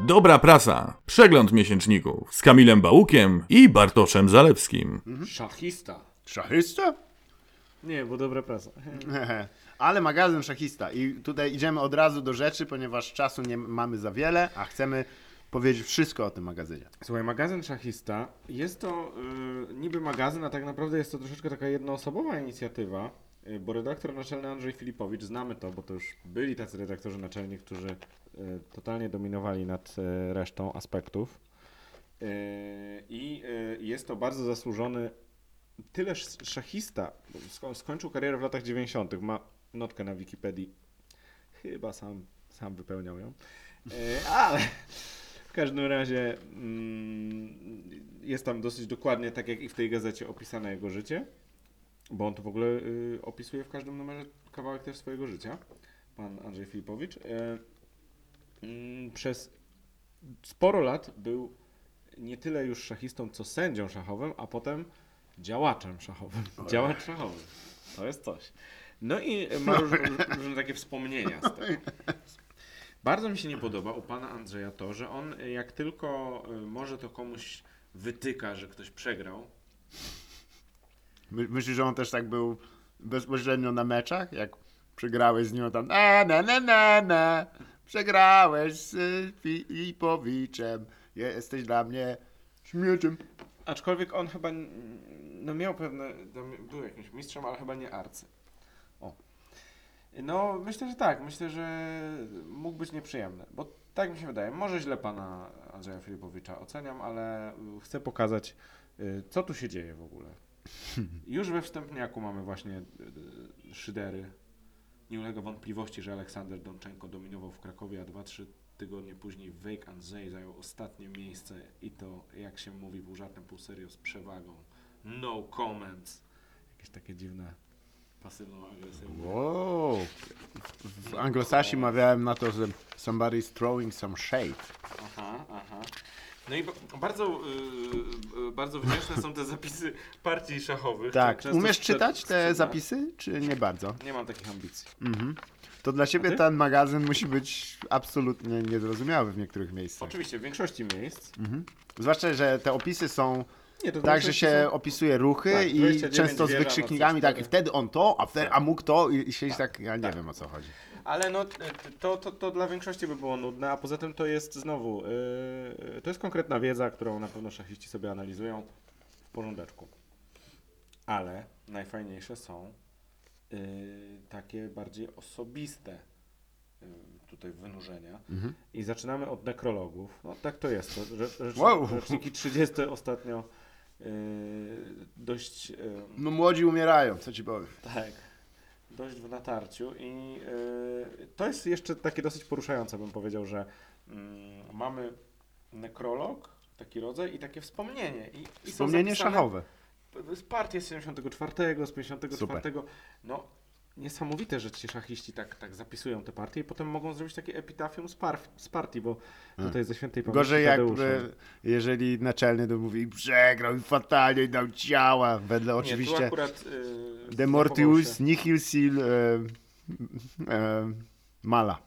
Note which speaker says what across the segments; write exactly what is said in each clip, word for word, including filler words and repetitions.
Speaker 1: Dobra prasa. Przegląd miesięczników z Kamilem Bałukiem i Bartoszem Zalewskim.
Speaker 2: Mhm. Szachista.
Speaker 3: Szachista?
Speaker 2: Nie, bo dobra prasa.
Speaker 3: Ale magazyn szachista. I tutaj idziemy od razu do rzeczy, ponieważ czasu nie mamy za wiele, a chcemy powiedzieć wszystko o tym magazynie.
Speaker 2: Słuchaj, magazyn szachista jest to yy, niby magazyn, a tak naprawdę jest to troszeczkę taka jednoosobowa inicjatywa, yy, bo redaktor naczelny Andrzej Filipowicz, znamy to, bo to już byli tacy redaktorzy naczelni, którzy yy, totalnie dominowali nad yy, resztą aspektów. Yy, I yy, jest to bardzo zasłużony tyle szachista, sko- skończył karierę w latach dziewięćdziesiątych, ma notkę na Wikipedii, chyba sam, sam wypełniał ją, yy, ale... W każdym razie mm, jest tam dosyć dokładnie, tak jak i w tej gazecie, opisane jego życie, bo on to w ogóle y, opisuje w każdym numerze kawałek też swojego życia, pan Andrzej Filipowicz. Y, y, przez sporo lat był nie tyle już szachistą, co sędzią szachowym, a potem działaczem szachowym. Ojej. Działacz szachowy. To jest coś. No i ma różne, różne takie wspomnienia z tego. Bardzo mi się nie podoba u pana Andrzeja to, że on jak tylko może to komuś wytyka, że ktoś przegrał.
Speaker 3: My, myślisz, że on też tak był bezpośrednio na meczach? Jak przegrałeś z nim tam na na na na na przegrałeś z Filipowiczem, jesteś dla mnie śmieciem.
Speaker 2: Aczkolwiek on chyba no miał pewne, był jakimś mistrzem, ale chyba nie arcy. O. No, myślę, że tak. Myślę, że mógł być nieprzyjemny, bo tak mi się wydaje. Może źle pana Andrzeja Filipowicza oceniam, ale chcę pokazać, co tu się dzieje w ogóle. Już we wstępniaku mamy właśnie szydery. Nie ulega wątpliwości, że Aleksander Donczenko dominował w Krakowie, a dwa trzy tygodnie później Wejk Andrzej zajął ostatnie miejsce i to, jak się mówi, pół żartem, pół serio, z przewagą. No comments. Jakieś takie dziwne... pasywną agresywną.
Speaker 3: Wow. W anglosasi mawiałem na to, że somebody's throwing some shade.
Speaker 2: Aha, aha. No i b- bardzo, yy, bardzo wdzięczne są te zapisy partii szachowych.
Speaker 3: Tak,
Speaker 2: Często
Speaker 3: umiesz
Speaker 2: sprzed-
Speaker 3: czytać te
Speaker 2: sprzed-
Speaker 3: zapisy, czy nie bardzo?
Speaker 2: Nie mam takich ambicji.
Speaker 3: Mhm. To dla ciebie
Speaker 2: A ty?
Speaker 3: ten magazyn musi być absolutnie niezrozumiały w niektórych miejscach.
Speaker 2: Oczywiście, w większości miejsc.
Speaker 3: Mhm. Zwłaszcza, że te opisy są
Speaker 2: Nie, to
Speaker 3: tak, że
Speaker 2: większości
Speaker 3: się
Speaker 2: są-
Speaker 3: opisuje ruchy
Speaker 2: Tak,
Speaker 3: i
Speaker 2: dwadzieścia dziewięć
Speaker 3: często z
Speaker 2: wieża,
Speaker 3: wykrzyknikami,
Speaker 2: nocy
Speaker 3: tak, i
Speaker 2: cztery.
Speaker 3: wtedy on to, a, wtedy, a mógł to i, i siedzieć tak, ja nie
Speaker 2: tak.
Speaker 3: wiem o co chodzi.
Speaker 2: Ale no, to, to, to dla większości by było nudne, a poza tym to jest znowu, yy, to jest konkretna wiedza, którą na pewno szachiści sobie analizują w porządeczku. Ale najfajniejsze są yy, takie bardziej osobiste yy, tutaj wynurzenia.
Speaker 3: Mhm.
Speaker 2: I zaczynamy od nekrologów. No tak to jest. To, że, że,
Speaker 3: Wow.
Speaker 2: Roczniki trzydzieste ostatnio yy, dość... Yy,
Speaker 3: No młodzi umierają, co ci powiem.
Speaker 2: tak. Dość w natarciu i yy, to jest jeszcze takie dosyć poruszające, bym powiedział, że yy, mamy nekrolog, taki rodzaj i takie wspomnienie. I, i są
Speaker 3: Wspomnienie
Speaker 2: zapisane
Speaker 3: szachowe.
Speaker 2: Z partii z siedemdziesiątego czwartego, z pięćdziesiątego czwartego. No niesamowite, że ci szachiści tak, tak zapisują te partie i potem mogą zrobić takie epitafium z, par, z partii, bo tutaj ze świętej pamięci
Speaker 3: Gorzej
Speaker 2: Tadeusza.
Speaker 3: jakby, jeżeli naczelny to mówi przegrał i fatalnie i dał ciała, wedle
Speaker 2: Nie, tu
Speaker 3: oczywiście
Speaker 2: akurat, yy,
Speaker 3: De
Speaker 2: zachował
Speaker 3: Mortius
Speaker 2: się-
Speaker 3: Nihil Sil e, e, Mala.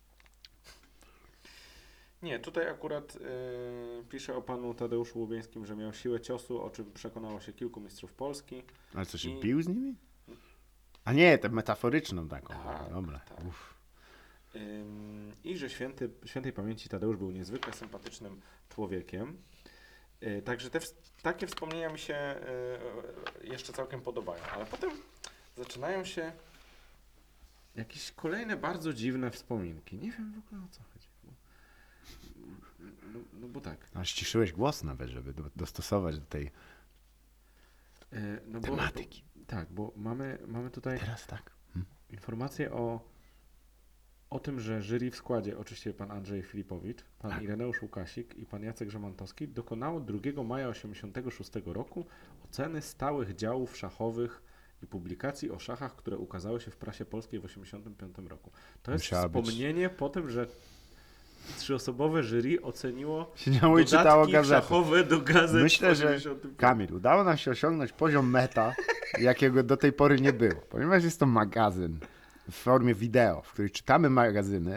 Speaker 2: Nie, tutaj akurat yy, pisze o panu Tadeuszu Łubieńskim, że miał siłę ciosu, o czym przekonało się kilku mistrzów Polski.
Speaker 3: Ale co, się
Speaker 2: I-
Speaker 3: bił z nimi? A nie, tę metaforyczną taką.
Speaker 2: Tak,
Speaker 3: Dobra.
Speaker 2: tak.
Speaker 3: Uff.
Speaker 2: Ym, I że święty, świętej pamięci Tadeusz był niezwykle sympatycznym człowiekiem. Yy, także te ws- takie wspomnienia mi się yy, jeszcze całkiem podobają. Ale potem zaczynają się jakieś kolejne bardzo dziwne wspominki. Nie wiem w ogóle o co chodzi. Bo, no, no bo tak.
Speaker 3: A ściszyłeś głos nawet, żeby do, dostosować do tej
Speaker 2: Yy, no bo,
Speaker 3: tematyki.
Speaker 2: Bo, tak, bo mamy, mamy tutaj
Speaker 3: Teraz tak. Hm.
Speaker 2: informację o, o tym, że jury w składzie, oczywiście pan Andrzej Filipowicz, pan
Speaker 3: Tak.
Speaker 2: Ireneusz Łukasik i pan Jacek Żemantowski dokonało drugiego maja tysiąc dziewięćset osiemdziesiątego szóstego roku oceny stałych działów szachowych i publikacji o szachach, które ukazały się w prasie polskiej w tysiąc dziewięćset osiemdziesiątym piątym roku. To jest
Speaker 3: Musiała być-
Speaker 2: wspomnienie po tym, że trzyosobowe jury oceniło
Speaker 3: Siedziało i czytało
Speaker 2: dodatki
Speaker 3: gazetę.
Speaker 2: szachowe do gazet
Speaker 3: Myślę,
Speaker 2: w
Speaker 3: że
Speaker 2: osiemdziesiątym piątym.
Speaker 3: Kamil, udało nam się osiągnąć poziom meta, jakiego do tej pory nie było. Ponieważ jest to magazyn w formie wideo, w której czytamy magazyny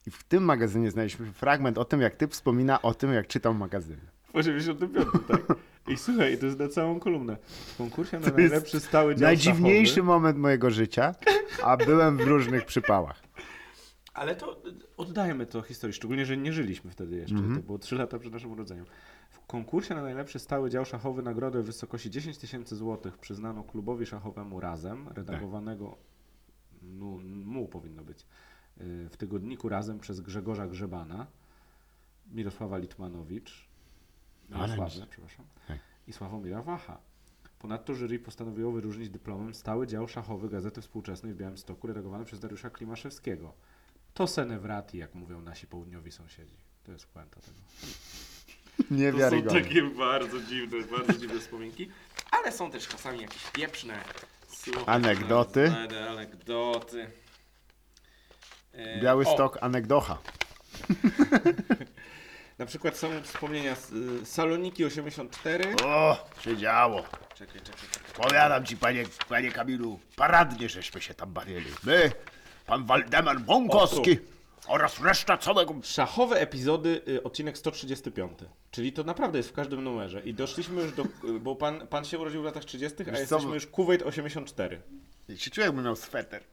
Speaker 3: I w tym magazynie znaleźliśmy fragment o tym, jak typ wspomina o tym, jak czytał magazyn.
Speaker 2: W osiemdziesiątym piątym, tak. I słuchaj, to jest na całą kolumnę. W konkursie na
Speaker 3: To jest
Speaker 2: najlepszy stały dział
Speaker 3: Najdziwniejszy
Speaker 2: szachowy.
Speaker 3: moment mojego życia, a byłem w różnych przypałach.
Speaker 2: Ale to oddajemy to historii, szczególnie, że nie żyliśmy wtedy jeszcze.
Speaker 3: Mhm.
Speaker 2: To było trzy lata przed naszym urodzeniem. W konkursie na najlepszy stały dział szachowy nagrodę w wysokości dziesięć tysięcy złotych przyznano klubowi szachowemu Razem, redagowanego nu, mu powinno być, y, w tygodniku Razem przez Grzegorza Grzebana, Mirosława Litmanowicz, Mirosławę, przepraszam,
Speaker 3: Tak.
Speaker 2: i Sławomira Wacha. Ponadto jury postanowiło wyróżnić dyplomem stały dział szachowy Gazety Współczesnej w Białymstoku, redagowany przez Dariusza Klimaszewskiego. To senewrati, jak mówią nasi południowi sąsiedzi. To jest puenta tego.
Speaker 3: Niewiarygodne.
Speaker 2: takie bardzo dziwne, bardzo dziwne wspominki, ale są też czasami jakieś pieprzne słuchaj,
Speaker 3: Anegdoty.
Speaker 2: znajdę Anegdoty. E,
Speaker 3: Białystok,
Speaker 2: o,
Speaker 3: anegdocha.
Speaker 2: na przykład są wspomnienia z y, Saloniki osiemdziesiąt cztery.
Speaker 3: O, się działo.
Speaker 2: Czekaj, czekaj, czekaj.
Speaker 3: Powiadam ci, panie, panie Kamilu, paradnie żeśmy się tam bawili. My, pan Waldemar Bąkowski oraz reszta całego...
Speaker 2: Szachowe epizody, y, odcinek sto trzydziesty piąty. Czyli to naprawdę jest w każdym numerze. I doszliśmy już do... y, bo pan, pan się urodził w latach trzydziestych, a
Speaker 3: Wiesz co,
Speaker 2: jesteśmy
Speaker 3: bo-
Speaker 2: już Kuwait osiemdziesiąt cztery.
Speaker 3: Ja się czuję, jakbym miał sweter.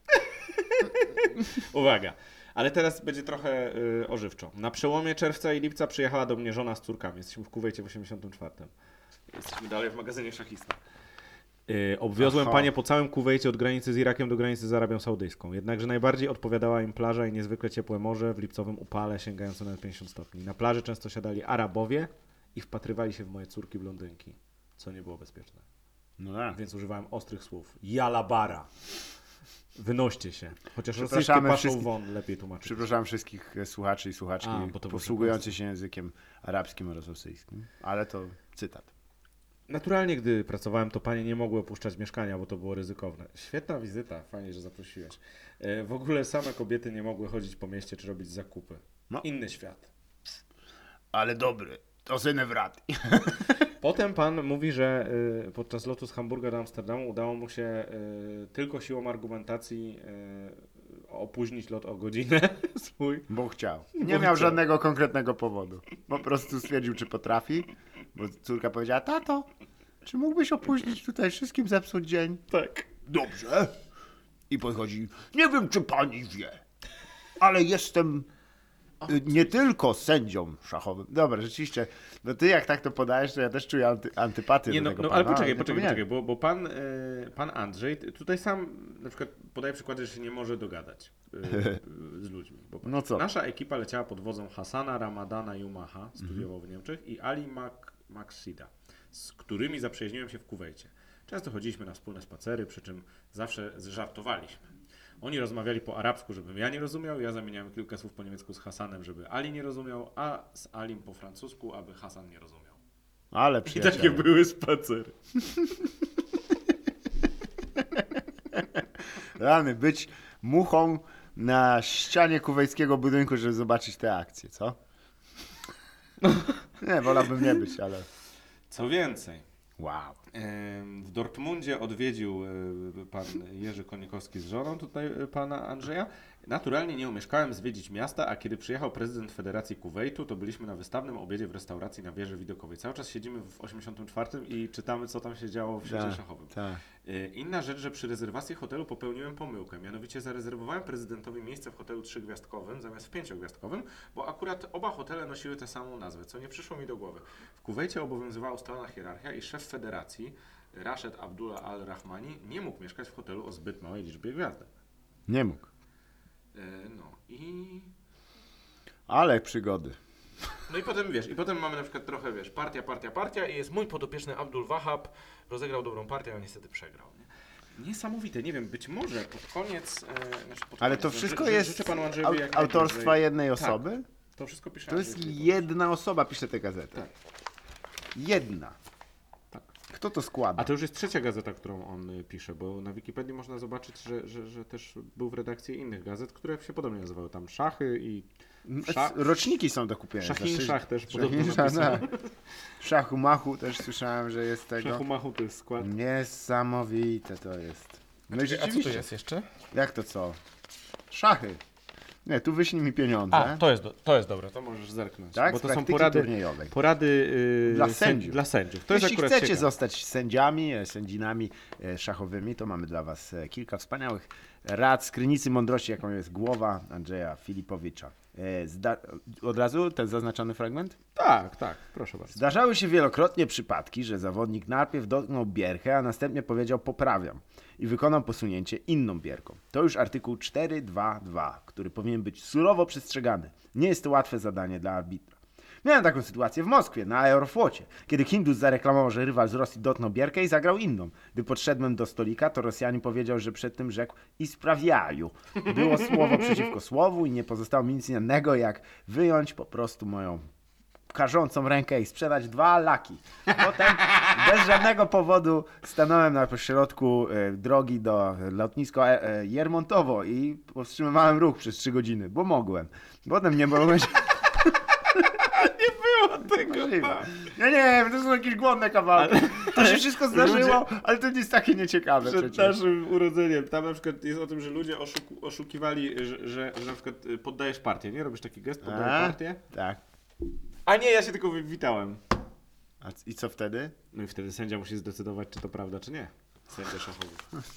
Speaker 2: Uwaga, ale teraz będzie trochę y, ożywczo. Na przełomie czerwca i lipca przyjechała do mnie żona z córkami. Jesteśmy w Kuwejcie w osiemdziesiątym czwartym. Jesteśmy dalej w magazynie szachista. Y, obwiozłem
Speaker 3: Aha.
Speaker 2: panie po całym Kuwejcie od granicy z Irakiem do granicy z Arabią Saudyjską. Jednakże najbardziej odpowiadała im plaża i niezwykle ciepłe morze w lipcowym upale sięgające nawet pięćdziesiąt stopni. Na plaży często siadali Arabowie i wpatrywali się w moje córki blondynki, co nie było bezpieczne.
Speaker 3: No tak.
Speaker 2: Więc używałem ostrych słów. Jalabara. Wynoście się. Chociaż rosyjskie
Speaker 3: Przepraszamy
Speaker 2: paszą
Speaker 3: wszystkich-
Speaker 2: won lepiej tłumaczyć.
Speaker 3: Przepraszam wszystkich e, słuchaczy i słuchaczki
Speaker 2: A, bo to był
Speaker 3: posługujących się językiem arabskim oraz rosyjskim, ale to cytat.
Speaker 2: Naturalnie, gdy pracowałem, to panie nie mogły opuszczać mieszkania, bo to było ryzykowne. Świetna wizyta, fajnie, że zaprosiłeś. E, W ogóle same kobiety nie mogły chodzić po mieście czy robić zakupy.
Speaker 3: No.
Speaker 2: Inny świat.
Speaker 3: Ale dobry, to synewrati.
Speaker 2: Potem pan mówi, że y, podczas lotu z Hamburga do Amsterdamu udało mu się y, tylko siłą argumentacji y, opóźnić lot o godzinę swój.
Speaker 3: Bo chciał.
Speaker 2: Bo
Speaker 3: Nie miał
Speaker 2: chciał.
Speaker 3: żadnego konkretnego powodu. Po prostu stwierdził, czy potrafi, bo córka powiedziała, tato, czy mógłbyś opóźnić tutaj wszystkim, zepsuć dzień?
Speaker 2: Tak.
Speaker 3: Dobrze. I podchodzi, nie wiem, czy pani wie, ale jestem y, nie tylko sędzią szachowym. Dobra, rzeczywiście, no ty jak tak to podajesz, to ja też czuję anty, antypatię
Speaker 2: Nie,
Speaker 3: do
Speaker 2: no,
Speaker 3: tego
Speaker 2: no
Speaker 3: pana,
Speaker 2: ale poczekaj,
Speaker 3: nie
Speaker 2: poczekaj,
Speaker 3: powinienem.
Speaker 2: poczekaj, bo, bo pan, y, pan Andrzej t- tutaj sam na przykład podaje przykłady, że się nie może dogadać y, y, z ludźmi. Bo
Speaker 3: No co?
Speaker 2: Nasza ekipa leciała pod wodzą Hasana Ramadana Jumaha, studiował w Niemczech, i Ali Mak Maksida, z którymi zaprzyjaźniłem się w Kuwejcie. Często chodziliśmy na wspólne spacery, przy czym zawsze żartowaliśmy. Oni rozmawiali po arabsku, żebym ja nie rozumiał, ja zamieniałem kilka słów po niemiecku z Hasanem, żeby Ali nie rozumiał, a z Alim po francusku, aby Hasan nie rozumiał.
Speaker 3: Ale
Speaker 2: I
Speaker 3: przyjaciele.
Speaker 2: takie były spacery.
Speaker 3: Rany, być muchą na ścianie kuwejskiego budynku, żeby zobaczyć te akcje, co? Nie, wolałbym nie być, ale
Speaker 2: Co więcej,
Speaker 3: wow.
Speaker 2: em, w Dortmundzie odwiedził e, pan Jerzy Konikowski z żoną tutaj e, pana Andrzeja. Naturalnie nie umieszkałem zwiedzić miasta, a kiedy przyjechał prezydent Federacji Kuwejtu, to byliśmy na wystawnym obiedzie w restauracji na wieży widokowej. Cały czas siedzimy w osiemdziesiątym czwartym i czytamy, co tam się działo w świecie
Speaker 3: Tak,
Speaker 2: szachowym.
Speaker 3: tak.
Speaker 2: E, Inna rzecz, że przy rezerwacji hotelu popełniłem pomyłkę. Mianowicie zarezerwowałem prezydentowi miejsce w hotelu trzygwiazdkowym zamiast w pięciogwiazdkowym, bo akurat oba hotele nosiły tę samą nazwę, co nie przyszło mi do głowy. W Kuwejcie obowiązywała ustalona hierarchia i szef federacji, Rashid Abdullah Al-Rahmani, nie mógł mieszkać w hotelu o zbyt małej liczbie gwiazdek.
Speaker 3: Nie mógł.
Speaker 2: E, No i...
Speaker 3: Ale przygody.
Speaker 2: No i potem, wiesz, i potem mamy na przykład trochę, wiesz, partia, partia, partia i jest mój podopieczny Abdul Wahab, rozegrał dobrą partię, a niestety przegrał. Nie? Niesamowite, nie wiem, być może pod koniec... E, znaczy pod
Speaker 3: Ale
Speaker 2: koniec,
Speaker 3: to
Speaker 2: no,
Speaker 3: wszystko
Speaker 2: ży, ży,
Speaker 3: jest
Speaker 2: życzę panu
Speaker 3: au-
Speaker 2: Andrzejowi jak
Speaker 3: autorstwa
Speaker 2: najdłużej-
Speaker 3: jednej
Speaker 2: Tak,
Speaker 3: osoby?
Speaker 2: to wszystko pisze
Speaker 3: To jest
Speaker 2: Andrzej Filipowicz.
Speaker 3: jedna osoba, pisze tę gazetę.
Speaker 2: Tak.
Speaker 3: Jedna.
Speaker 2: Tak.
Speaker 3: Kto to składa?
Speaker 2: A to już jest trzecia gazeta, którą on y, pisze, bo na Wikipedii można zobaczyć, że, że, że też był w redakcji innych gazet, które się podobnie nazywały. Tam Szachy i Szach-
Speaker 3: Roczniki są do kupienia.
Speaker 2: Szachin
Speaker 3: Znaczy-
Speaker 2: Szach też podobno
Speaker 3: Szachin Szach,
Speaker 2: napisał.
Speaker 3: tak. Szachu Machu też słyszałem, że jest tego.
Speaker 2: Szachu Machu to jest skład.
Speaker 3: Niesamowite to jest. No i
Speaker 4: A co to
Speaker 3: rzeczywiście.
Speaker 4: jest jeszcze?
Speaker 3: Jak to co? Szachy. Nie, tu wyślij mi pieniądze.
Speaker 2: A, to jest, do, to jest dobre, to możesz zerknąć.
Speaker 3: Tak,
Speaker 2: bo
Speaker 3: z
Speaker 2: to są
Speaker 3: praktyki
Speaker 2: porady,
Speaker 3: turniejowej.
Speaker 2: porady yy,
Speaker 3: Dla
Speaker 2: sędzi-
Speaker 3: sędziów.
Speaker 2: Dla sędziów. To jest
Speaker 3: Jeśli
Speaker 2: akurat
Speaker 3: chcecie
Speaker 2: ciekawe.
Speaker 3: zostać sędziami, e, sędzinami e, szachowymi, to mamy dla was e, kilka wspaniałych rad z krynicy mądrości, jaką jest głowa Andrzeja Filipowicza. E, Zda- od razu ten zaznaczony fragment?
Speaker 2: Tak, tak, proszę bardzo.
Speaker 3: Zdarzały się wielokrotnie przypadki, że zawodnik najpierw dotknął bierchę, a następnie powiedział poprawiam i wykonał posunięcie inną bierką. To już artykuł cztery dwa dwa, który powinien być surowo przestrzegany. Nie jest to łatwe zadanie dla arbitra. Miałem taką sytuację w Moskwie, na Aeroflocie, kiedy Hindus zareklamował, że rywal z Rosji dotknął bierkę i zagrał inną. Gdy podszedłem do stolika, to Rosjanin powiedział, że przed tym rzekł i sprawiaju. Było słowo przeciwko słowu i nie pozostało mi nic innego, jak wyjąć po prostu moją karzącą rękę i sprzedać dwa laki. Potem bez żadnego powodu stanąłem na pośrodku e, drogi do lotniska e, e, Jermontowo i powstrzymywałem ruch przez trzy godziny, bo mogłem. Potem nie mogłem się...
Speaker 2: Tego,
Speaker 3: Możliwe. Ja nie wiem, to są jakieś głodne kawałki. To się wszystko zdarzyło, ale to jest takie nieciekawe
Speaker 2: Przed
Speaker 3: przecież.
Speaker 2: naszym urodzeniem. Tam na przykład jest o tym, że ludzie oszuku, oszukiwali, że, że, że na przykład y, poddajesz partię, nie? Robisz taki gest, poddajesz
Speaker 3: A?
Speaker 2: partię.
Speaker 3: Tak.
Speaker 2: A nie, ja się tylko witałem.
Speaker 3: A c- i co wtedy?
Speaker 2: No i wtedy sędzia musi zdecydować, czy to prawda, czy nie. Sędzia szachowy.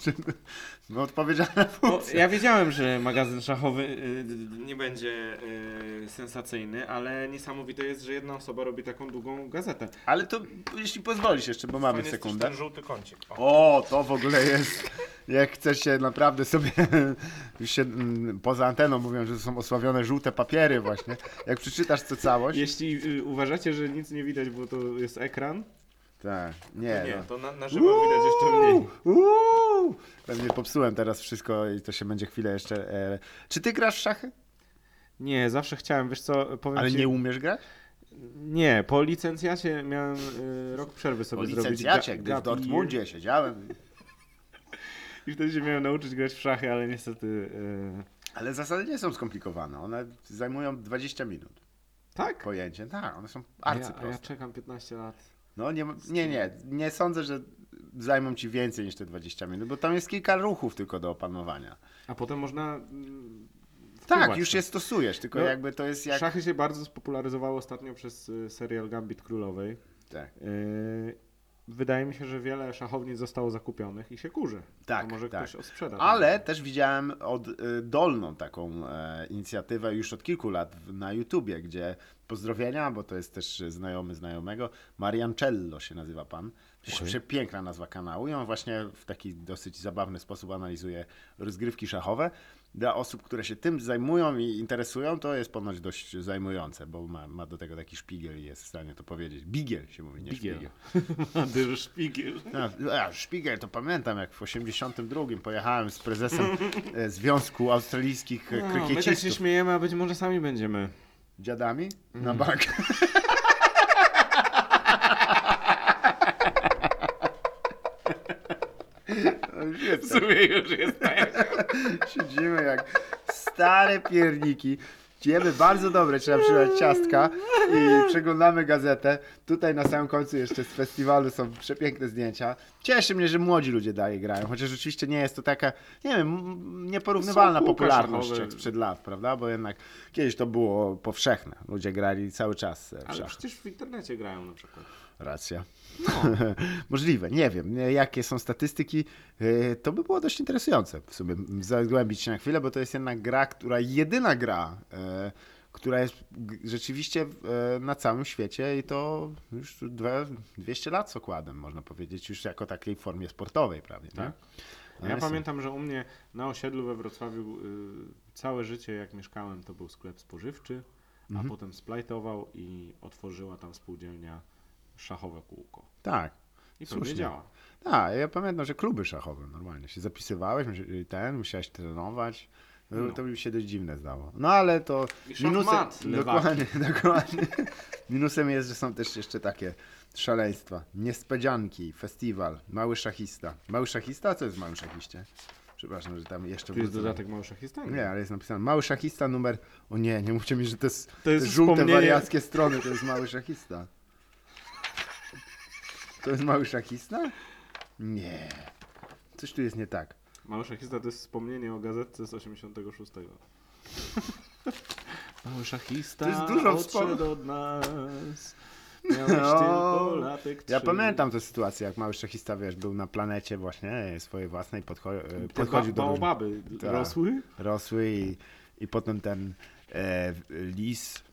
Speaker 3: No odpowiedzialna
Speaker 2: No,
Speaker 3: funkcja.
Speaker 2: ja wiedziałem, że magazyn szachowy y, nie będzie y, sensacyjny, ale niesamowite jest, że jedna osoba robi taką długą gazetę.
Speaker 3: Ale to, jeśli pozwolisz jeszcze, bo mamy
Speaker 2: Fajnie jest
Speaker 3: sekundę.
Speaker 2: też ten żółty kącik. O.
Speaker 3: O, to w ogóle jest, jak chcesz się naprawdę sobie, już się mm, poza anteną mówią, że to są osławione żółte papiery właśnie. Jak przeczytasz to całość.
Speaker 2: Jeśli y, uważacie, że nic nie widać, bo to jest ekran,
Speaker 3: Tak,
Speaker 2: to
Speaker 3: nie.
Speaker 2: nie,
Speaker 3: no.
Speaker 2: to na, na żywo widać jeszcze mniej.
Speaker 3: Uuu, pewnie popsułem teraz wszystko i to się będzie chwilę jeszcze... E... Czy ty grasz w szachy?
Speaker 2: Nie, zawsze chciałem, wiesz co, powiem
Speaker 3: Ale
Speaker 2: ci...
Speaker 3: nie umiesz grać?
Speaker 2: Nie, po licencjacie miałem y, rok przerwy sobie
Speaker 3: Po
Speaker 2: zrobić.
Speaker 3: licencjacie,
Speaker 2: ga-
Speaker 3: gdy w
Speaker 2: gap
Speaker 3: Dortmundzie siedziałem.
Speaker 2: year. I wtedy się miałem nauczyć grać w szachy, ale niestety... Y...
Speaker 3: Ale zasady nie są skomplikowane, one zajmują dwadzieścia minut.
Speaker 2: Tak?
Speaker 3: Pojęcie, tak, one są
Speaker 2: A ja, a ja
Speaker 3: arcyproste.
Speaker 2: czekam piętnaście lat.
Speaker 3: No nie, nie, nie, nie sądzę, że zajmą ci więcej niż te dwadzieścia minut, bo tam jest kilka ruchów tylko do opanowania.
Speaker 2: A potem można... Mm,
Speaker 3: Tak,
Speaker 2: wpływać
Speaker 3: już
Speaker 2: to.
Speaker 3: je stosujesz, tylko
Speaker 2: No,
Speaker 3: jakby to jest jak...
Speaker 2: Szachy się bardzo spopularyzowały ostatnio przez y, serial Gambit Królowej.
Speaker 3: Tak,
Speaker 2: Y, wydaje mi się, że wiele szachownic zostało zakupionych i się kurzy.
Speaker 3: tak,
Speaker 2: A może
Speaker 3: tak.
Speaker 2: ktoś sprzeda.
Speaker 3: Ale też widziałem oddolną taką e, inicjatywę już od kilku lat w, na YouTubie, gdzie pozdrowienia, bo to jest też znajomy znajomego, Mariancello się nazywa pan.
Speaker 2: Okej.
Speaker 3: Przepiękna nazwa kanału i on właśnie w taki dosyć zabawny sposób analizuje rozgrywki szachowe. Dla osób, które się tym zajmują i interesują, to jest ponoć dość zajmujące, bo ma, ma do tego taki szpigiel i jest w stanie to powiedzieć. Bigiel się mówi, nie
Speaker 2: Bigiel.
Speaker 3: szpigiel.
Speaker 2: Dyr szpigiel.
Speaker 3: No, a, szpigiel to pamiętam, jak w osiemdziesiątym drugim pojechałem z prezesem e, Związku Australijskich e,
Speaker 2: No, my tak się
Speaker 3: Krykiecistów.
Speaker 2: śmiejemy, a być może sami będziemy.
Speaker 3: Dziadami?
Speaker 2: Mm.
Speaker 3: Na bank. No już jest tak.
Speaker 2: sumie już jest tak.
Speaker 3: Siedzimy jak stare pierniki. Jemy bardzo dobre, trzeba przybrać ciastka i przeglądamy gazetę. Tutaj na samym końcu jeszcze z festiwalu są przepiękne zdjęcia. Cieszy mnie, że młodzi ludzie dalej grają, chociaż oczywiście nie jest to taka, nie wiem, m- nieporównywalna
Speaker 2: Są kółka
Speaker 3: popularność
Speaker 2: szachowe.
Speaker 3: jak sprzed lat, prawda? Bo jednak kiedyś to było powszechne. Ludzie grali cały czas e, w
Speaker 2: Ale
Speaker 3: szachy.
Speaker 2: przecież w internecie grają na przykład.
Speaker 3: Racja.
Speaker 2: No.
Speaker 3: Możliwe, nie wiem, nie, jakie są statystyki. Yy, To by było dość interesujące w sumie zagłębić się na chwilę, bo to jest jednak gra, która jedyna gra, yy, która jest g- rzeczywiście yy, na całym świecie i to już dwa- dwieście lat z okładem, można powiedzieć, już jako takiej formie sportowej prawie. nie?
Speaker 2: Tak?
Speaker 3: No
Speaker 2: Ja
Speaker 3: jest-
Speaker 2: pamiętam, że u mnie na osiedlu we Wrocławiu y, całe życie jak mieszkałem to był sklep spożywczy, a
Speaker 3: Mhm.
Speaker 2: potem splajtował i otworzyła tam spółdzielnia Szachowe Kółko.
Speaker 3: Tak.
Speaker 2: I
Speaker 3: Słusznie.
Speaker 2: pewnie działa.
Speaker 3: Tak, ja pamiętam, że kluby szachowe normalnie się zapisywałeś, musi- ten, musiałeś trenować. To,
Speaker 2: No.
Speaker 3: to mi się dość dziwne zdało. No ale to
Speaker 2: I
Speaker 3: minusem,
Speaker 2: szachmat, lewaki.
Speaker 3: dokładnie, dokładnie. Minusem jest, że są też jeszcze takie szaleństwa. Niespodzianki, festiwal, mały szachista. Mały szachista? Co jest w małym szachiście? Przepraszam, że tam jeszcze
Speaker 2: Tu jest
Speaker 3: wrócę.
Speaker 2: dodatek mały szachista?
Speaker 3: Nie, ale jest napisane mały szachista numer... O nie, nie mówcie mi, że to jest,
Speaker 2: To jest
Speaker 3: te żółte
Speaker 2: wspomnienie-
Speaker 3: wariackie strony, to jest mały szachista. To jest mały szachista? Nie. Coś tu jest nie tak.
Speaker 2: Mały szachista to jest wspomnienie o gazetce z osiemdziesiątego szóstego. Mały szachista
Speaker 3: To jest dużo
Speaker 2: odszedł od nas. Miałeś
Speaker 3: No.
Speaker 2: tylko latek
Speaker 3: Ja
Speaker 2: trzy.
Speaker 3: pamiętam tę sytuację, jak mały szachista, wiesz, był na planecie właśnie e, swojej własnej, podcho- e,
Speaker 2: Te
Speaker 3: podchodził
Speaker 2: ba-
Speaker 3: do różnych,
Speaker 2: baobaby
Speaker 3: Tak.
Speaker 2: rosły.
Speaker 3: rosły i, i potem ten e, lis...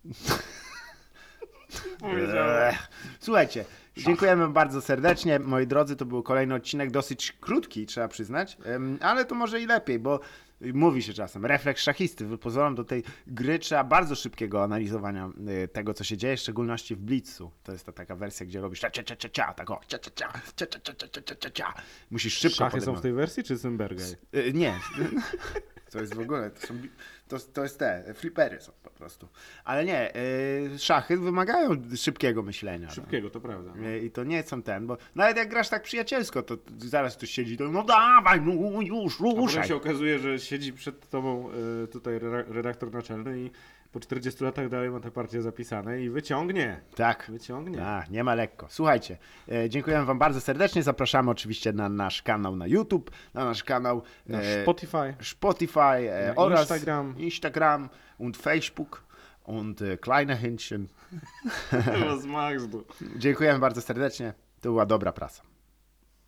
Speaker 3: Eee. Słuchajcie, dziękujemy bardzo serdecznie, moi drodzy, to był kolejny odcinek, dosyć krótki, trzeba przyznać, em, ale to może i lepiej, bo mówi się czasem, refleks szachisty, pozorom do tej gry trzeba bardzo szybkiego analizowania e, tego, co się dzieje, w szczególności w Blitzu. To jest ta taka wersja, gdzie robisz cia, cia, cia, cia, cia, tak o, cia, cia, cia, cia, cia, cia, cia, cia, cia, cia. Musisz szybko
Speaker 2: Szachy są w
Speaker 3: podejmować.
Speaker 2: tej wersji, czy Symbergaj?
Speaker 3: E, Nie. To jest w ogóle, to, są, to, to jest te, flipery są po prostu. Ale nie, e, szachy wymagają szybkiego myślenia. no.
Speaker 2: Szybkiego, to prawda.
Speaker 3: E, I to nie są ten, bo nawet jak grasz tak przyjacielsko, to zaraz ktoś siedzi, to no dawaj, no już,
Speaker 2: A potem
Speaker 3: ruszaj.
Speaker 2: się okazuje, że siedzi przed tobą y, tutaj re- redaktor naczelny i po czterdziestu latach dalej ma te partie zapisane i wyciągnie.
Speaker 3: Tak.
Speaker 2: Wyciągnie.
Speaker 3: A, nie ma lekko. Słuchajcie, e, dziękujemy wam bardzo serdecznie, zapraszamy oczywiście na nasz kanał na YouTube, na nasz kanał
Speaker 2: Na
Speaker 3: e,
Speaker 2: Spotify.
Speaker 3: Spotify e,
Speaker 2: Na
Speaker 3: oraz
Speaker 2: Instagram.
Speaker 3: Instagram und Facebook und e, kleine Händchen.
Speaker 2: Was machst du?
Speaker 3: Dziękujemy bardzo serdecznie, to była dobra praca.